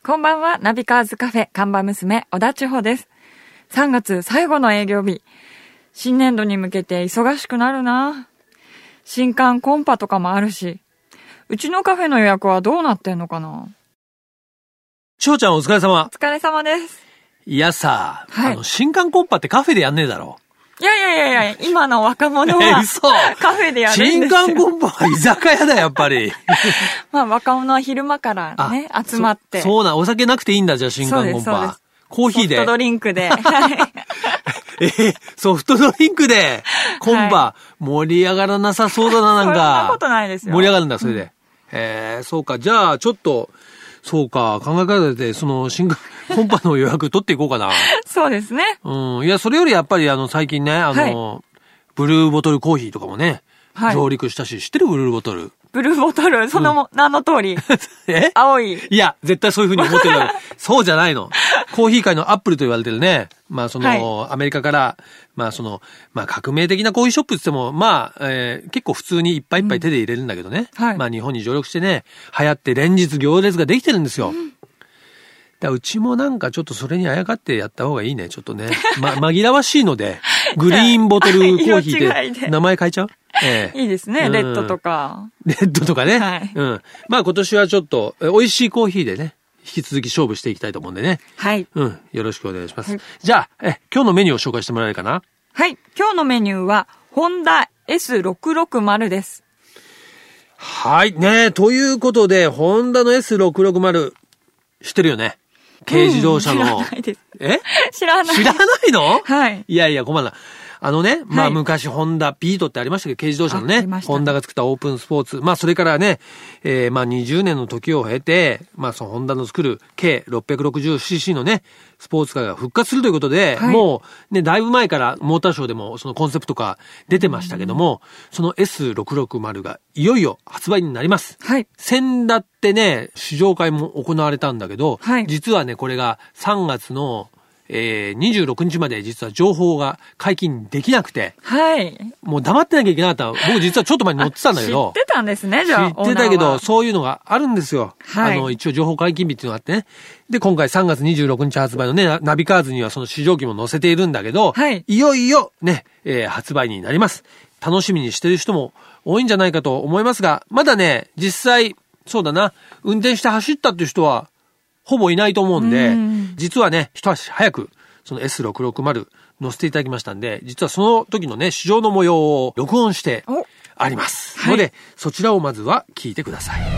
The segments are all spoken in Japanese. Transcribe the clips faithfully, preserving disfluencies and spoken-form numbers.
こんばんは。ナビカーズカフェ看板娘小田千穂です。さんがつ最後の営業日。新年度に向けて忙しくなるな。新刊コンパとかもあるし、うちのカフェの予約はどうなってんのかな。 千穂ちゃんお疲れ様。 お疲れ様です。 いやさ、 はい、 あの新刊コンパってカフェでやんねえだろ。 いやいやいやいや、今の若者はカフェでやるんですよ。 新刊コンパは居酒屋だやっぱり。 まあ若者は昼間からね集まって。 そ, そうな、お酒なくていいんだじゃあ新刊コンパ。コーヒーで。 ソフトドリンクで。 えー、ソフトドリンクでコンパ、はい、盛り上がらなさそうだななんか。 そんなことないですよ。 盛り上がるんだそれで。うん、えー、そうかじゃあちょっと。そうか、考え方で、その、新刊コンパの予約取っていこうかな。 そうですね。 うん。いや、それよりやっぱり、あの、最近ね、あの、はい、ブルーボトルコーヒーとかもね、はい、上陸したし、知ってるブルーボトル。 ブルーボトル、その、うん、名の通り。 え青い。 いや、絶対そういう風に思ってるから。そうじゃないの。コーヒー界のアップルと言われてるね。まあ、その、はい、アメリカから、まあ、その、まあ、革命的なコーヒーショップって言っても、まあ、えー、結構普通にいっぱいいっぱい手で入れるんだけどね。うん、はい、まあ、日本に上陸してね、流行って連日行列ができてるんですよ。うん、だうちもなんかちょっとそれにあやかってやった方がいいね、ちょっとね。ま、紛らわしいので、グリーンボトルコーヒーで名前変えちゃう？ええ、 いいですね、うん、レッドとか。 レッドとかね。はい。うん。まあ今年はちょっと、美味しいコーヒーでね、引き続き勝負していきたいと思うんでね。はい。うん。よろしくお願いします。はい、じゃあ、え、今日のメニューを紹介してもらえるかな？ はい。今日のメニューは、ホンダ エスろくろくまる です。 はい。ねということで、ホンダの エスろくろくまる、知ってるよね？軽自動車の。 うん、知らないです。 え？ 知らない。 知らないの？ はい。 いやいや、困るな。あのね、まあ昔、ホンダ、ビートってありましたけど、軽自動車のね、ホンダが作ったオープンスポーツ。まあそれからね、えー、まあにじゅうねんの時を経て、まあそのホンダの作る計 ろっぴゃくろくじゅうシーシー のね、スポーツカーが復活するということで、はい、もうね、だいぶ前からモーターショーでもそのコンセプトカー出てましたけども、その エスろくろくまる がいよいよ発売になります。はい。先だってね、試乗会も行われたんだけど、はい、実はね、これがさんがつのえー、にじゅうろくにちまで実は情報が解禁できなくて。はい。もう黙ってなきゃいけなかった。僕実はちょっと前に乗ってたんだけど。 知ってたんですね、じゃあ。 知ってたけど、そういうのがあるんですよ。はい。あの、一応情報解禁日っていうのがあってね。で、今回さんがつにじゅうろくにち発売のね、ナビカーズにはその試乗機も載せているんだけど、はい。いよいよね、えー、発売になります。楽しみにしてる人も多いんじゃないかと思いますが、まだね、実際、そうだな、運転して走ったっていう人は、ほぼいないと思うんで、ん実はね、一足早く、その エスろくろくまる載せていただきましたんで、実はその時のね、試乗の模様を録音してあります。はい、ので、そちらをまずは聞いてください。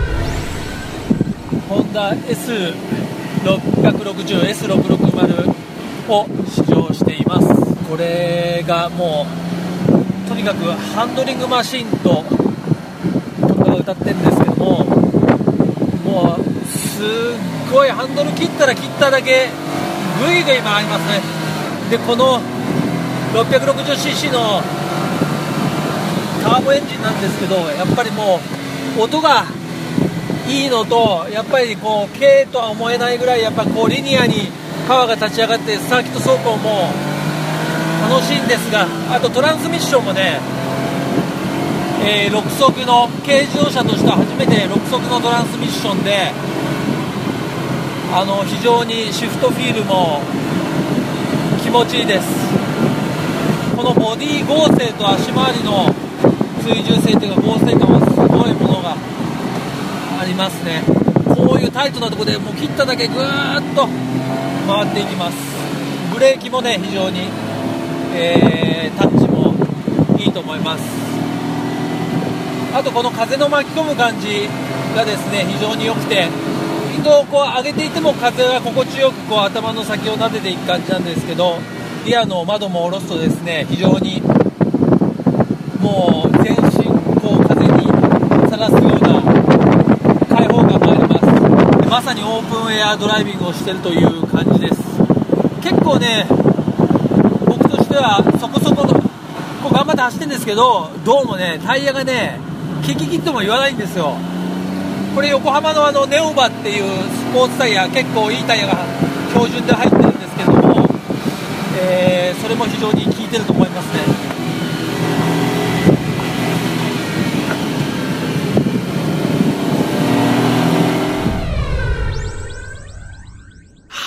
ホンダ エスろっぴゃくろくじゅう、エスろくろくまる を試乗しています。これがもう、とにかくハンドリングマシンと、とかが歌ってるんですけども、もう、すっごいハンドル切ったら切っただけグイグイ回りますね。でこの ろっぴゃくろくじゅうシーシー のターボエンジンなんですけど、やっぱりもう音がいいのと、やっぱりこう軽とは思えないぐらいやっぱこうリニアにパワーが立ち上がってサーキット走行も楽しいんですが、あとトランスミッションもね、えー、ろくそくの軽自動車としては初めてろくそくのトランスミッションで、あの非常にシフトフィールも気持ちいいです。このボディ剛性と足回りの追従性というか剛性感はすごいものがありますね。こういうタイトなところでもう切っただけぐーっと回っていきます。ブレーキもね非常に、えー、タッチもいいと思います。あとこの風の巻き込む感じがですね非常に良くて、ウィンドウをこう上げていても風が心地よくこう頭の先を撫でていく感じなんですけど、リアの窓も下ろすとですね非常にもう全身こう風にさらすような開放感もあります。でまさにオープンエアドライビングをしているという感じです。結構ね僕としてはそこそここう頑張って走ってるんですけど、どうもねタイヤがねキキキッとも言わないんですよ。これ横浜のあのネオバっていうスポーツタイヤ、結構いいタイヤが標準で入ってるんですけども、えー、それも非常に効いてると思いますね。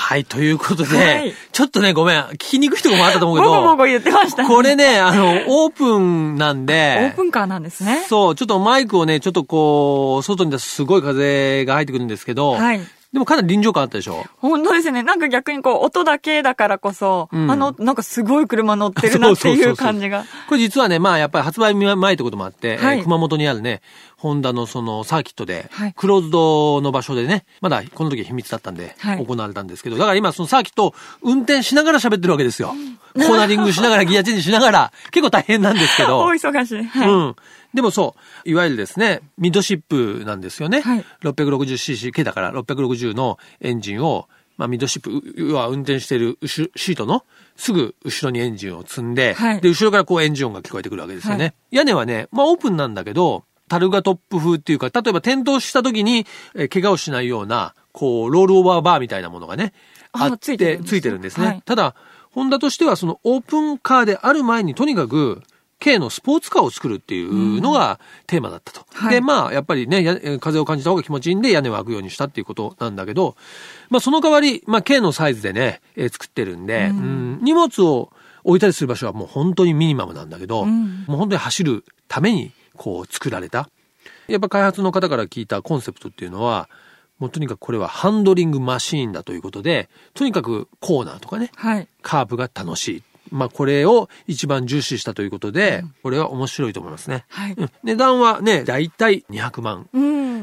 はい、ということで、 はい、 ちょっとね、ごめん、聞きにくいところもあったと思うけど、 ボコボコ言ってましたね。 これね、あの、オープンなんで、 オープンカーなんですね。 そう、ちょっとマイクをね、ちょっとこう、外に出すすごい風が入ってくるんですけど、はい。でもかなり臨場感あったでしょ？ 本当ですね。なんか逆にこう、音だけだからこそ、うん、あの、なんかすごい車乗ってるなっていう感じが。そうそうそうそう。 これ実はね、まあやっぱり発売前ってこともあって、はい、えー、熊本にあるね、ホンダのそのサーキットで、はい、クローズドの場所でね、まだこの時は秘密だったんで、はい、行われたんですけど、だから今そのサーキットを運転しながら喋ってるわけですよ。コーナリングしながらギアチェンジしながら、結構大変なんですけど。 大忙しい。はい。 うん。でもそう、いわゆるですね、ミッドシップなんですよね。はい。ろっぴゃくろくじゅうシーシー 系だからろっぴゃくろくじゅうのエンジンを、まあミッドシップは運転しているシートのすぐ後ろにエンジンを積んで、はい、で、後ろからこうエンジン音が聞こえてくるわけですよね。はい、屋根はね、まあオープンなんだけど、タルガトップ風っていうか、例えば転倒した時に、えー、怪我をしないような、こう、ロールオーバーバーみたいなものがね、あって、ついてるんですね。ついてるんですね。はい、ただ、ホンダとしてはそのオープンカーである前にとにかく、軽のスポーツカーを作るっていうのがテーマだったと。うん、で、まあ、やっぱりね、風を感じた方が気持ちいいんで屋根を開くようにしたっていうことなんだけど、まあ、その代わり、まあ、軽のサイズでね、えー、作ってるんで、うん、うん、荷物を置いたりする場所はもう本当にミニマムなんだけど、うん、もう本当に走るためにこう作られた。やっぱ開発の方から聞いたコンセプトっていうのは、もうとにかくこれはハンドリングマシーンだということで、とにかくコーナーとかね、はい、カーブが楽しい。まあこれを一番重視したということで、うん、これは面白いと思いますね。はい、うん、値段はね、だいたいにひゃくまん。うん、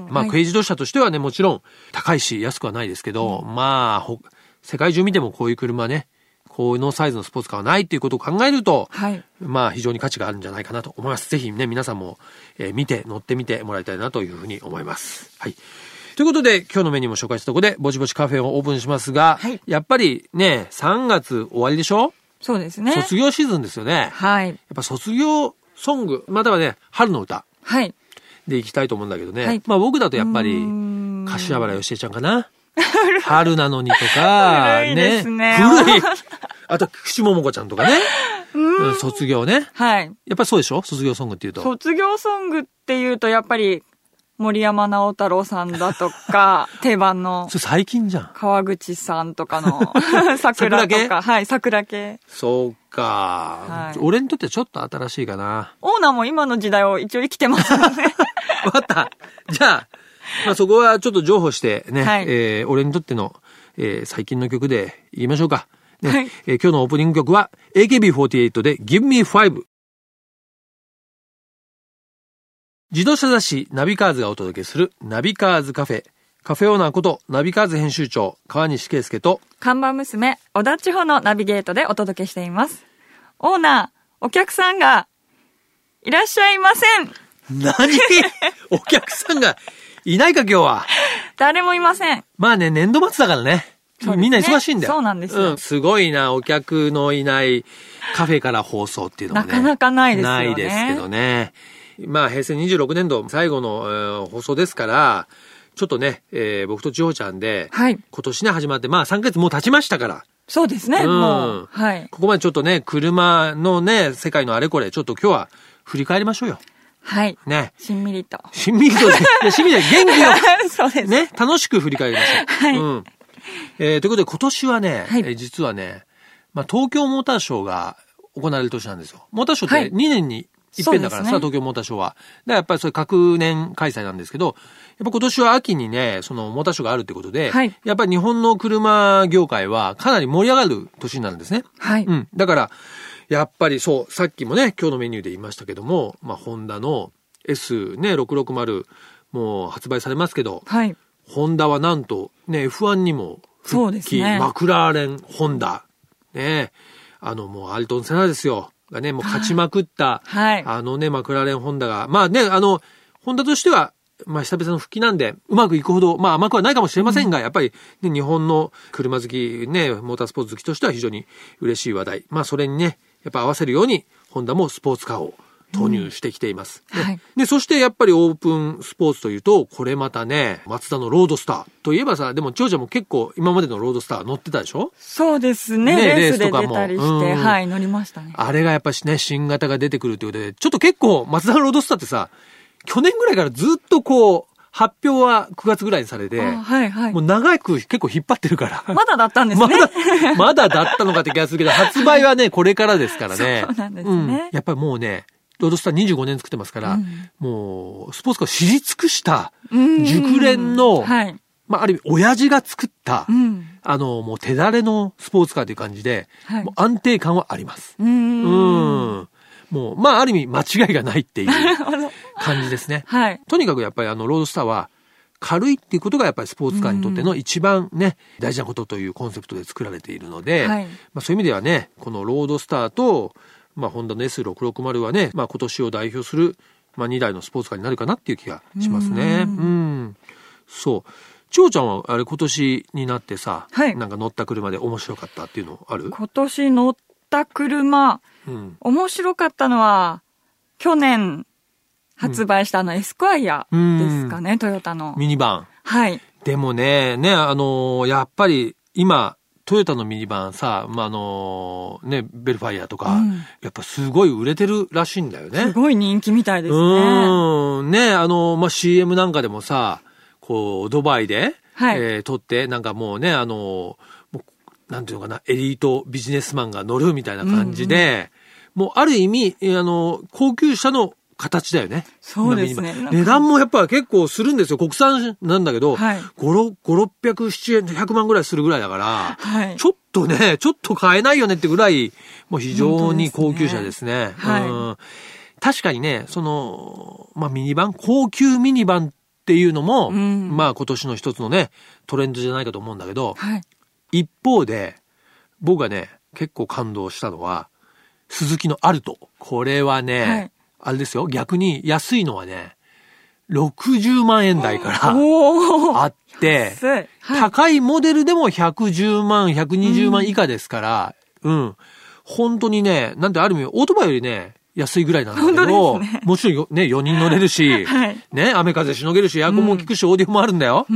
まあ軽自動車としてはね、もちろん高いし安くはないですけど、うん、まあ世界中見てもこういう車ね、このサイズのスポーツカーはないっていうことを考えると、はい、まあ非常に価値があるんじゃないかなと思います。ぜひね、皆さんも、えー、見て乗ってみてもらいたいなというふうに思います。はい。ということで、今日のメニューも紹介したところで、ぼちぼちカフェをオープンしますが、はい、やっぱりね、さんがつ終わりでしょ？ そうですね。 卒業シーズンですよね。はい。やっぱ卒業ソング、またはね、春の歌。はい。で行きたいと思うんだけどね。はい、まあ僕だとやっぱり、柏原芳恵ちゃんかな。春なのにとか、 古いですね。 古い。あと、菊池桃子ちゃんとかね。うん、卒業ね。はい。やっぱりそうでしょ？卒業ソングっていうと。 卒業ソングっていうと、やっぱり、森山直太朗さんだとか、定番の。 それ最近じゃん。 川口さんとかの、桜とか。はい、桜系。 そうか、はい。俺にとってはちょっと新しいかな。 オーナーも今の時代を一応生きてますよね。 わかった。じゃあ、まあそこはちょっと譲歩してね、はい、えー、俺にとっての、えー、最近の曲で言いましょうか。ね、はい、えー、今日のオープニング曲は エーケービーフォーティーエイト で Give Me Five。自動車雑誌ナビカーズがお届けするナビカーズカフェ。カフェオーナーことナビカーズ編集長川西圭介と看板娘小田千穂のナビゲートでお届けしています。オーナー、お客さんがいらっしゃいません。 何？お客さんがいないか今日は。 誰もいません。 まあね、年度末だからね。ね、みんな忙しいんだよ。 そうなんですよ、 うん。すごいな、お客のいないカフェから放送っていうのもね。 なかなかないですよね。 ないですけどね。まあ平成にじゅうろくねんど最後の、えー、放送ですから、ちょっとね、えー、僕と千穂ちゃんで、はい、今年ね始まって、まあさんかげつもう経ちましたから。 そうですね、うん、もう。はい。 ここまでちょっとね、車のね、世界のあれこれ、ちょっと今日は振り返りましょうよ。 はい。ね。しんみりと。 しんみりとね。しんみりと元気よ。 そうです。 ね。楽しく振り返りましょう。はい。うん。えー、ということで今年はね、はい、えー、実はね、まあ東京モーターショーが行われる年なんですよ。モーターショーってにねんに一遍だからさ、ね、東京モーターショーは。だからやっぱりそれ各年開催なんですけど、やっぱ今年は秋にね、そのモーターショーがあるってことで、はい、やっぱり日本の車業界はかなり盛り上がる年になるんですね。はい。うん。だから、やっぱりそう、さっきもね、今日のメニューで言いましたけども、まあ、ホンダの エスね、ろくろくまるもう発売されますけど、はい。ホンダはなんとね、エフワン にも復帰、そうですね、マクラーレン、ホンダ、ね、あのもうアルトンセナですよ。がね、もう勝ちまくった、はい、あのね、マクラーレンホンダが、まあね、あの、ホンダとしては、まあ久々の復帰なんで、うまくいくほど、まあ甘くはないかもしれませんが、うん、やっぱり、ね、日本の車好き、ね、モータースポーツ好きとしては非常に嬉しい話題。まあそれにね、やっぱ合わせるように、ホンダもスポーツカーを投入してきています。うん、ね、はい、で、そしてやっぱりオープンスポーツというと、これまたね、マツダのロードスターといえばさ、でも長者も結構今までのロードスター乗ってたでしょ？ そうですね。ね、レースで出たりして、うん、はい、乗りましたね。 あれがやっぱしね、新型が出てくるということで、ちょっと結構マツダのロードスターってさ、去年ぐらいからずっとこう、 発表はくがつぐらいにされて、 はいはい、 もう長く結構引っ張ってるから。 まだだったんですね。 まだ、まだだったのかって気がするけど、発売はね、これからですからね。 そうなんですね。うん、 やっぱりもうね、ロードスターにじゅうごねん作ってますから、うん、もう、スポーツカーを知り尽くした、熟練の、はい、まあ、ある意味、親父が作った、うん、あの、もう手だれのスポーツカーという感じで、はい、もう安定感はあります。うん。うんもう、まあ、ある意味、間違いがないっていう感じですね。はい。とにかくやっぱりあの、ロードスターは、軽いっていうことがやっぱりスポーツカーにとっての一番ね、大事なことというコンセプトで作られているので、はい、まあ、そういう意味ではね、このロードスターと、まあ、ホンダの エスろくろくまる はね、まあ、今年を代表する、まあ、にだいのスポーツカーになるかなっていう気がしますね。うん。うんそう。千代ちゃんはあれ今年になってさ、はい、なんか乗った車で面白かったっていうのある？ 今年乗った車、うん、面白かったのは、去年発売したあのエスクワイアですかね、うん、トヨタの。 ミニバン。 はい。 でもね、ね、あのー、やっぱり今、トヨタのミニバンさ、まあ、あのー、ね、ベルファイアとか、うん、やっぱすごい売れてるらしいんだよね。 すごい人気みたいですね。 うん。ね、あのー、まあ、シーエム なんかでもさ、こう、ドバイで、はい、えー、撮って、なんかもうね、あのー、なんていうのかな、エリートビジネスマンが乗るみたいな感じで、うんうん、もうある意味、あの、高級車の形だよね。 そうですね。 値段もやっぱ結構するんですよ。国産なんだけど、はい、ご、ろっぴゃく、ななひゃくまんぐらいするぐらいだから、はい、ちょっとね、ちょっと買えないよねってぐらい、もう非常に高級車ですね。ですねはい、うん。確かにね、その、まあミニバン、高級ミニバンっていうのも、うん、まあ今年の一つのね、トレンドじゃないかと思うんだけど、はい、一方で、僕がね、結構感動したのは、スズキのアルト。これはね、はい、あれですよ、逆に安いのはね、ろくじゅうまんえん台からあって、はい、高いモデルでもひゃくじゅうまん、ひゃくにじゅうまん以下ですから、うん、うん。本当にね、なんてある意味、オートバイよりね、安いぐらいなんだけど、ね、もちろんね、よにん乗れるし、はい、ね、雨風しのげるし、エアコンも効くし、うん、オーディオもあるんだよ。うん、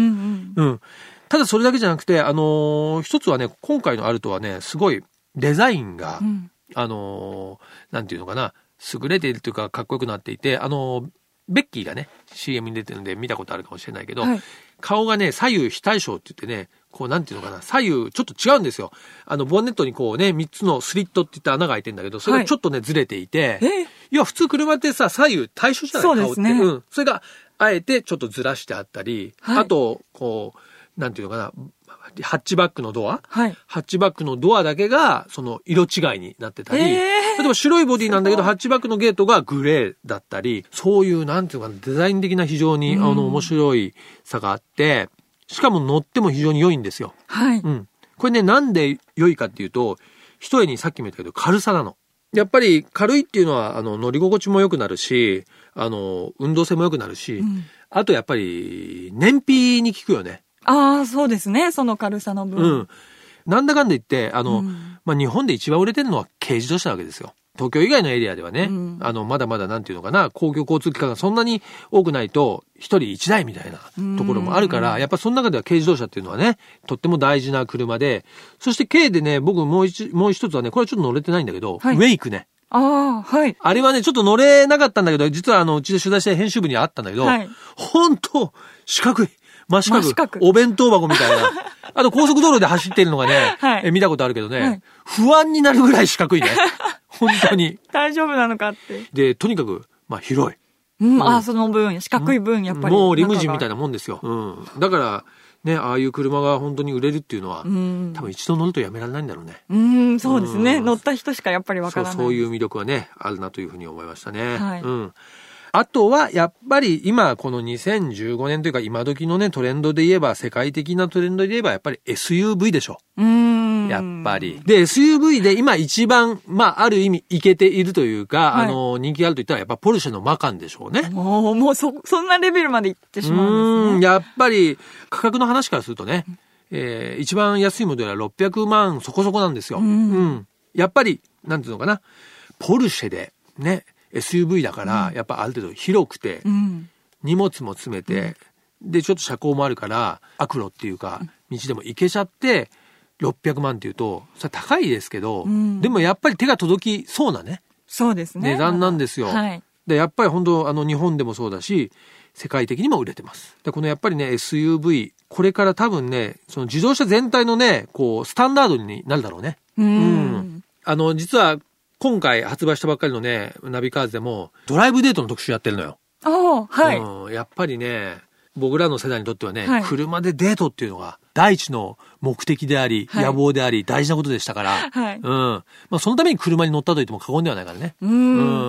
うんうんただそれだけじゃなくて、あのー、一つはね、今回のアルトはね、すごいデザインが、うん、あのー、なんていうのかな、優れているというかかっこよくなっていて、あのー、ベッキーがね、シーエム に出てるんで見たことあるかもしれないけど、はい、顔がね、左右非対称って言ってね、こうなんていうのかな、左右ちょっと違うんですよ。あの、ボンネットにこうね、みっつのスリットって言った穴が開いてるんだけど、それがちょっとね、ずれていて、はい、要は普通車ってさ、左右対称じゃない、顔って。そうですね。うん。それが、あえてちょっとずらしてあったり、はい、あと、こう、なんていうのかな、ハッチバックのドア、はい、ハッチバックのドアだけがその色違いになってたり、例えば白いボディなんだけどハッチバックのゲートがグレーだったり、そういうなんていうのかな、デザイン的な非常に、うん、あの面白い差があって、しかも乗っても非常に良いんですよ。はい。うん。これね、なんで良いかっていうと、一重にさっきも言ったけど軽さなの。やっぱり軽いっていうのはあの乗り心地も良くなるし、あの運動性も良くなるし、うん、あとやっぱり燃費に効くよね。 ああ、そうですね。その軽さの分。うん。 なんだかんだ言って、あの、うん、まあ、日本で一番売れてるのは軽自動車なわけですよ。東京以外のエリアではね、うん、あの、まだまだなんていうのかな、公共交通機関がそんなに多くないと、一人一台みたいなところもあるから、やっぱその中では軽自動車っていうのはね、とっても大事な車で、そして軽でね、僕もう一、もう一つはね、これはちょっと乗れてないんだけど、はい、ウェイクね。 ああ、はい。 あれはね、ちょっと乗れなかったんだけど、実はあの、うちで取材した編集部にあったんだけど、はい、ほんと、四角い。真四角。真四角。お弁当箱みたいな。あと高速道路で走ってるのがね、はい、え見たことあるけどね、はい、不安になるぐらい四角いね。本当に。 大丈夫なのかって。 で、とにかく、まあ広い。 うん、うん、あ、その分、四角い分、やっぱり。 もうリムジンみたいなもんですよ。うん。だから、ね、ああいう車が本当に売れるっていうのは、うん、多分一度乗るとやめられないんだろうね。 うん、そうですね。乗った人しかやっぱりわからない。 そう、そういう魅力はね、あるなというふうに思いましたね。はい。うん。あとは、やっぱり今、このにせんじゅうごねんというか、今時のね、トレンドで言えば、世界的なトレンドで言えば、やっぱり エスユーブイ でしょ。うーん。やっぱり。で、エスユーブイ で今一番、まあ、ある意味、イケているというか、はい、あの、人気があると言ったら、やっぱポルシェのマカンでしょうね。 もう、もう、そ、そんなレベルまでいってしまうんですね。 うん、やっぱり、価格の話からするとね、えー、一番安いモデルはろっぴゃくまんそこそこなんですよ。うん。うん。やっぱり、なんていうのかな、ポルシェで、ね、エスユーブイ だから、やっぱある程度広くて、うん、荷物も詰めて、うん、で、ちょっと車高もあるから、悪路っていうか、道でも行けちゃって、ろっぴゃくまんっていうと、それ高いですけど、うん、でもやっぱり手が届きそうなね。 そうですね。 値段なんですよ。はい。で、やっぱり本当、あの、日本でもそうだし、 世界的にも売れてます。で、このやっぱりね、エスユーブイ、これから多分ね、その自動車全体のね、こう、スタンダードになるだろうね。 うん。 うん。あの、実は、今回発売したばっかりのね、ナビカーズでも、ドライブデートの特集やってるのよ。 おー、はい。 うん。やっぱりね、僕らの世代にとってはね、 はい、 車でデートっていうのが第一の目的であり、はい、野望であり、大事なことでしたから、はい、うん。まあ、そのために車に乗ったと言っても過言ではないからね。 うん。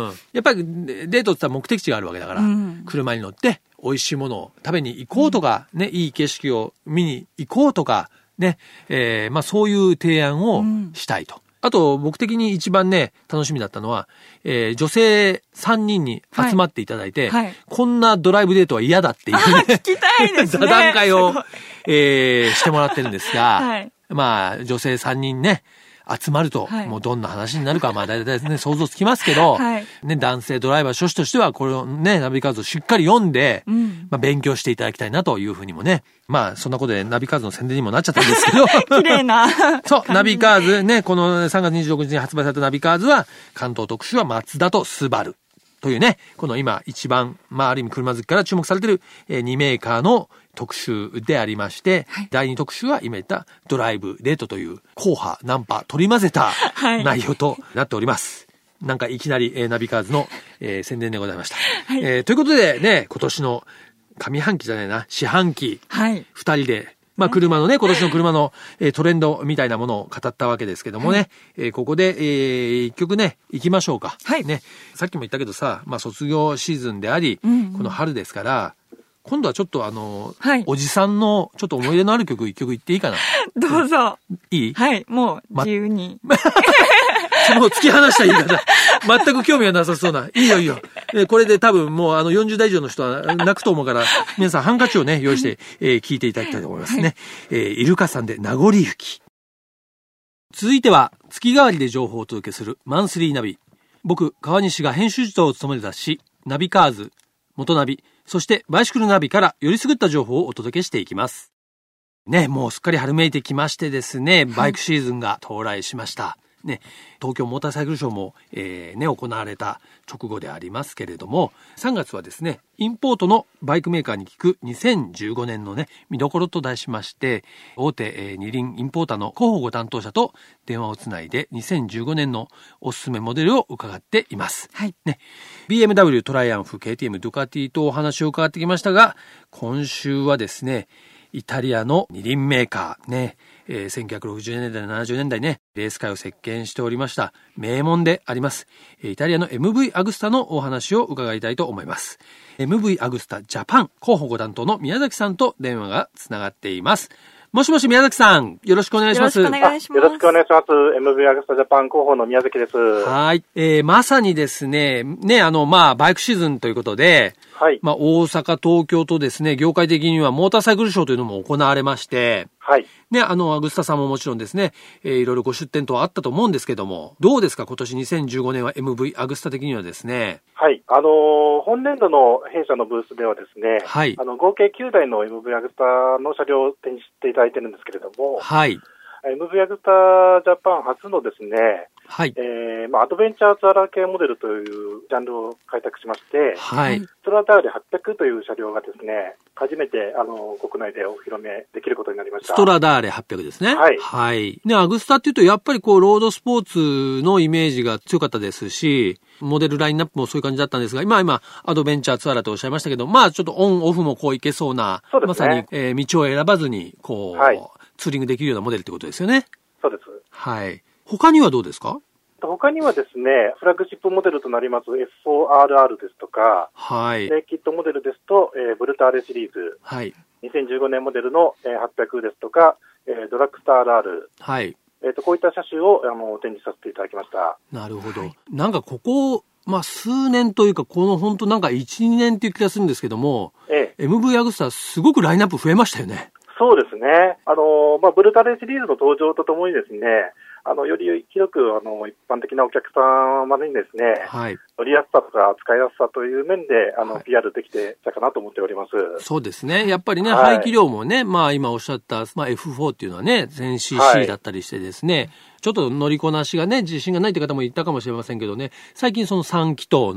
うん。やっぱりデートって言ったら目的地があるわけだから、うん、車に乗って美味しいものを食べに行こうとか、うん、ね、いい景色を見に行こうとか、ね、えー、まあそういう提案をしたいと。うん、あと、僕的に一番ね、楽しみだったのは、えー、女性さんにんに集まっていただいて、はいはい、こんなドライブデートは嫌だっていうね、 聞きたいですね。 座談会を、えー、してもらってるんですが、はい、まあ、女性さんにんね、集まると、はい、もうどんな話になるか、まあ大体ね、想像つきますけど、はい、ね、男性ドライバー諸子としては、これをね、ナビカーズをしっかり読んで、うん、まあ勉強していただきたいなというふうにもね、まあそんなことでナビカーズの宣伝にもなっちゃったんですけど。 綺麗な。 そう、ナビカーズね、このさんがつにじゅうろくにちに発売されたナビカーズは、関東特集はマツダとスバル。というね、この今一番、まあある意味車好きから注目されている、えー、にメーカーの特集でありまして、はい、だいに特集は今言ったドライブデートという硬派ナンパ取り混ぜた内容となっております。はい、なんかいきなり、えー、ナビカーズの、えー、宣伝でございました。はい、えー、ということでね、今年の上半期じゃないな、四半期、はい、ふたりで、まあ車のね、今年の車の、えー、トレンドみたいなものを語ったわけですけどもね、はい、えー、ここで、えー、一曲ね、行きましょうか。はい。ね、さっきも言ったけどさ、まあ卒業シーズンであり、うんうん、この春ですから、今度はちょっとあの、はい、おじさんのちょっと思い出のある曲一曲言っていいかな。 どうぞ。 いい？ はい、もう自由に。 まもう突き放した言い方。全く興味がなさそうな。いいよいいよ。えー、これで多分もうあのよんじゅうだい以上の人は泣くと思うから、皆さんハンカチをね、用意して、えー、聞いていただきたいと思いますね。はい、えー、イルカさんで名残雪。続いては月替わりで情報をお届けするマンスリーナビ。僕、川西が編集長を務める雑誌、ナビカーズ、元ナビ、そしてバイシクルナビからよりすぐった情報をお届けしていきます。ね、もうすっかり春めいてきましてですね、バイクシーズンが到来しました。はいね、東京モーターサイクルショーも、えーね、行われた直後でありますけれども、さんがつはですね、インポートのバイクメーカーに聞くにせんじゅうごねんのね、見どころと題しまして、大手、えー、二輪インポーターの広報ご担当者と電話をつないでにせんじゅうごねんのおすすめモデルを伺っています。はい。ね、ビーエムダブリュー、トライアンフ、ケーティーエム、ドゥカティとお話を伺ってきましたが、今週はですね、イタリアの二輪メーカーね、えー、せんきゅうひゃくろくじゅうねんだい、ななじゅうねんだいね、レース界を席巻しておりました名門であります。イタリアの エムブイ アグスタのお話を伺いたいと思います。エムブイ アグスタジャパン広報ご担当の宮崎さんと電話がつながっています。もしもし宮崎さん、よろしくお願いします。 よろしくお願いします。 よろしくお願いします。エムブイ アグスタジャパン広報の宮崎です。 はい。えー、まさにですね、ね、あの、まあ、バイクシーズンということで、はい。まあ、大阪、東京とですね、業界的にはモーターサイクルショーというのも行われまして、はい。ね、あの、アグスタさんももちろんですね、えー、いろいろご出展等はあったと思うんですけども、どうですか、今年にせんじゅうごねんは エムブイ アグスタ的にはですね。 はい。あのー、本年度の弊社のブースではですね、はい。あの、合計きゅうだいの エムブイ アグスタの車両を展示していただいてるんですけれども、はい。エムブイ アグスタジャパン初のですね、はい。えー、まあ、アドベンチャーツアラー系モデルというジャンルを開拓しまして、はい。ストラダーレはっぴゃくという車両がですね、初めて、あの、国内でお披露目できることになりました。 ストラダーレはっぴゃくですね。はい。はい。ね、アグスタっていうと、やっぱりこう、ロードスポーツのイメージが強かったですし、モデルラインナップもそういう感じだったんですが、今、今、アドベンチャーツアラーとおっしゃいましたけど、まあ、ちょっとオン、オフもこういけそうな、そうですね。まさに、えー、道を選ばずに、こう、はい、ツーリングできるようなモデルってことですよね。 そうです。 はい。他にはどうですか？ 他にはですね、フラッグシップモデルとなります エフフォーアールアール ですとか、はい。ネイキッドモデルですと、えー、ブルターレシリーズ、はい。にせんじゅうごねんモデルの、えー、はっぴゃくですとか、えー、ドラッグスター アールアール、はい。えっと、こういった車種をあの展示させていただきました。 なるほど。はい、なんかここ、まあ、数年というか、この本当なんかいち、にねんっていう気がするんですけども、ええ、エムブイ アグスタすごくラインナップ増えましたよね。 そうですね。あの、まあ、ブルターレシリーズの登場とともにですね、あの、より広く、あの、一般的なお客様にですね、はい。乗りやすさとか使いやすさという面で、あの、はい、ピーアール できてきたかなと思っております。 そうですね。やっぱりね、はい、排気量もね、まあ、今おっしゃった、まあ、エフフォー っていうのはね、せんシーシー だったりしてですね、はい、ちょっと乗りこなしがね、自信がないって方もいたかもしれませんけどね、最近そのさん気筒の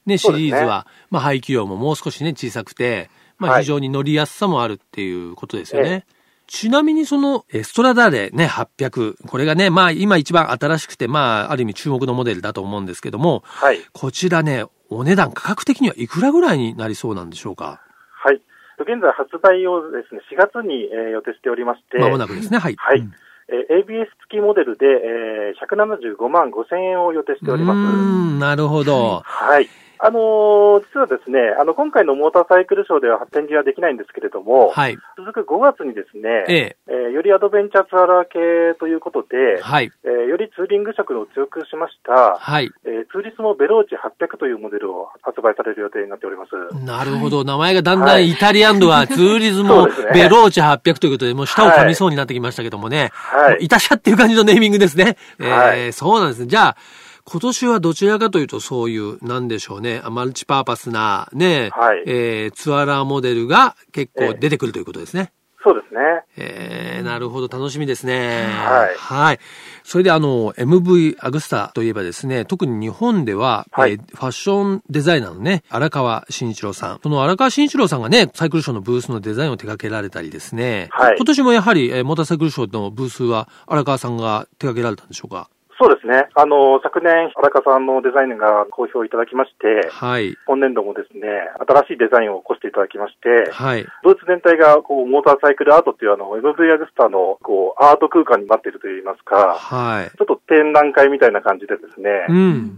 ね、シリーズは、ね、まあ排気量ももう少しね、小さくて、まあ非常に乗りやすさもあるっていうことですよね。はい、ちなみにその、ストラダーレね、はっぴゃく。これがね、まあ今一番新しくて、まあある意味注目のモデルだと思うんですけども、はい、こちらね、お値段価格的にはいくらぐらいになりそうなんでしょうか？ はい。現在発売をですね、しがつに、えー、予定しておりまして。 まもなくですね、はい。 はい。うん、えー、エービーエス 付きモデルで、えー、ひゃくななじゅうごまんごせんえんを予定しております。うーん、なるほど。 はい。あのー、実はですね、あの、今回のモーターサイクルショーでは展示はできないんですけれども、はい、続くごがつにですね、えええー、よりアドベンチャーツアラー系ということで、はい、えー、よりツーリング色を強くしました、はい、えー、ツーリスモベローチはっぴゃくというモデルを発売される予定になっております。 なるほど。名前がだんだんイタリアンドはツーリスモベローチはっぴゃくということで、もう舌を噛みそうになってきましたけどもね、はい、イタシャっていう感じのネーミングですね。はい、えー、そうなんですね。じゃあ、今年はどちらかというとそういう、なんでしょうね、マルチパーパスなね、はい、えー、ツアラーモデルが結構出てくるということですね。 えー、そうですね。 えー、なるほど、楽しみですね。はい。はい。それであの、エムブイ アグスタといえばですね、特に日本では、はい、えー、ファッションデザイナーのね、荒川慎一郎さん。その荒川慎一郎さんがね、サイクルショーのブースのデザインを手掛けられたりですね。はい。今年もやはり、えー、モーターサイクルショーのブースは荒川さんが手掛けられたんでしょうか？ そうですね。あの、昨年、荒川さんのデザインが好評いただきまして、はい。今年度もですね、新しいデザインを起こしていただきまして、はい。ドイツ全体が、こう、モーターサイクルアートっていうあの、エムブイ アグスタの、こう、アート空間になっているといいますか、はい。ちょっと展覧会みたいな感じでですね、うん。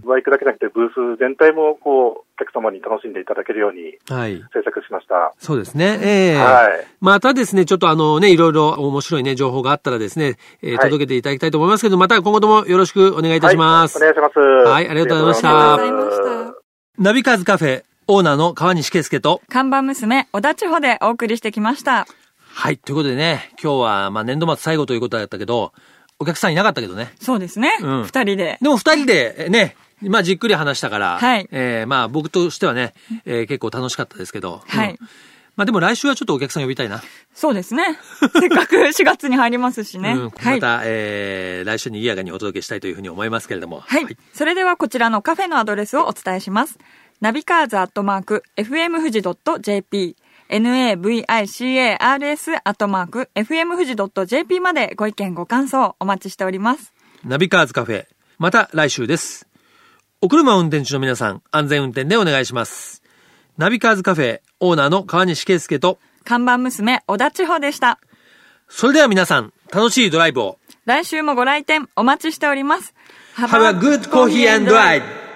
バイクだけじゃなくて、ブース全体も、こう、お客様に楽しんでいただけるように、はい。制作しました。 そうですね。ええー。はい。またですね、ちょっとあのね、いろいろ面白いね、情報があったらですね、えー、はい、届けていただきたいと思いますけど、また今後ともよろしくお願いいたします。 はい、お願いします。 はい、ありがとうございました。ありがとうございました。ナビカーズカフェ、オーナーの川西圭介と、 看板娘、小田千穂でお送りしてきました。 はい、ということでね、今日は、まあ年度末最後ということだったけど、お客さんいなかったけどね。 そうですね。うん。二人で。 でも二人で、ね、まあじっくり話したから、はい。えー、まあ僕としてはね、えー、結構楽しかったですけど。はい。うん、まあでも来週はちょっとお客さん呼びたいな。 そうですね。せっかくしがつに入りますしね。うん、 はい。また、えー、来週にぎやかにお届けしたいというふうに思いますけれども。 はい。はい、それではこちらのカフェのアドレスをお伝えします。ナビカーズアットマーク、エフエムフジドットジェーピー、ナビカーズ アットマーク、エフエムフジドットジェーピー までご意見ご感想お待ちしております。 ナビカーズカフェ、また来週です。お車運転中の皆さん、安全運転でお願いします。ナビカーズカフェ、オーナーの川西圭介と、 看板娘、小田千穂でした。 それでは皆さん、楽しいドライブを。 来週もご来店お待ちしております。 Have a good coffee and drive!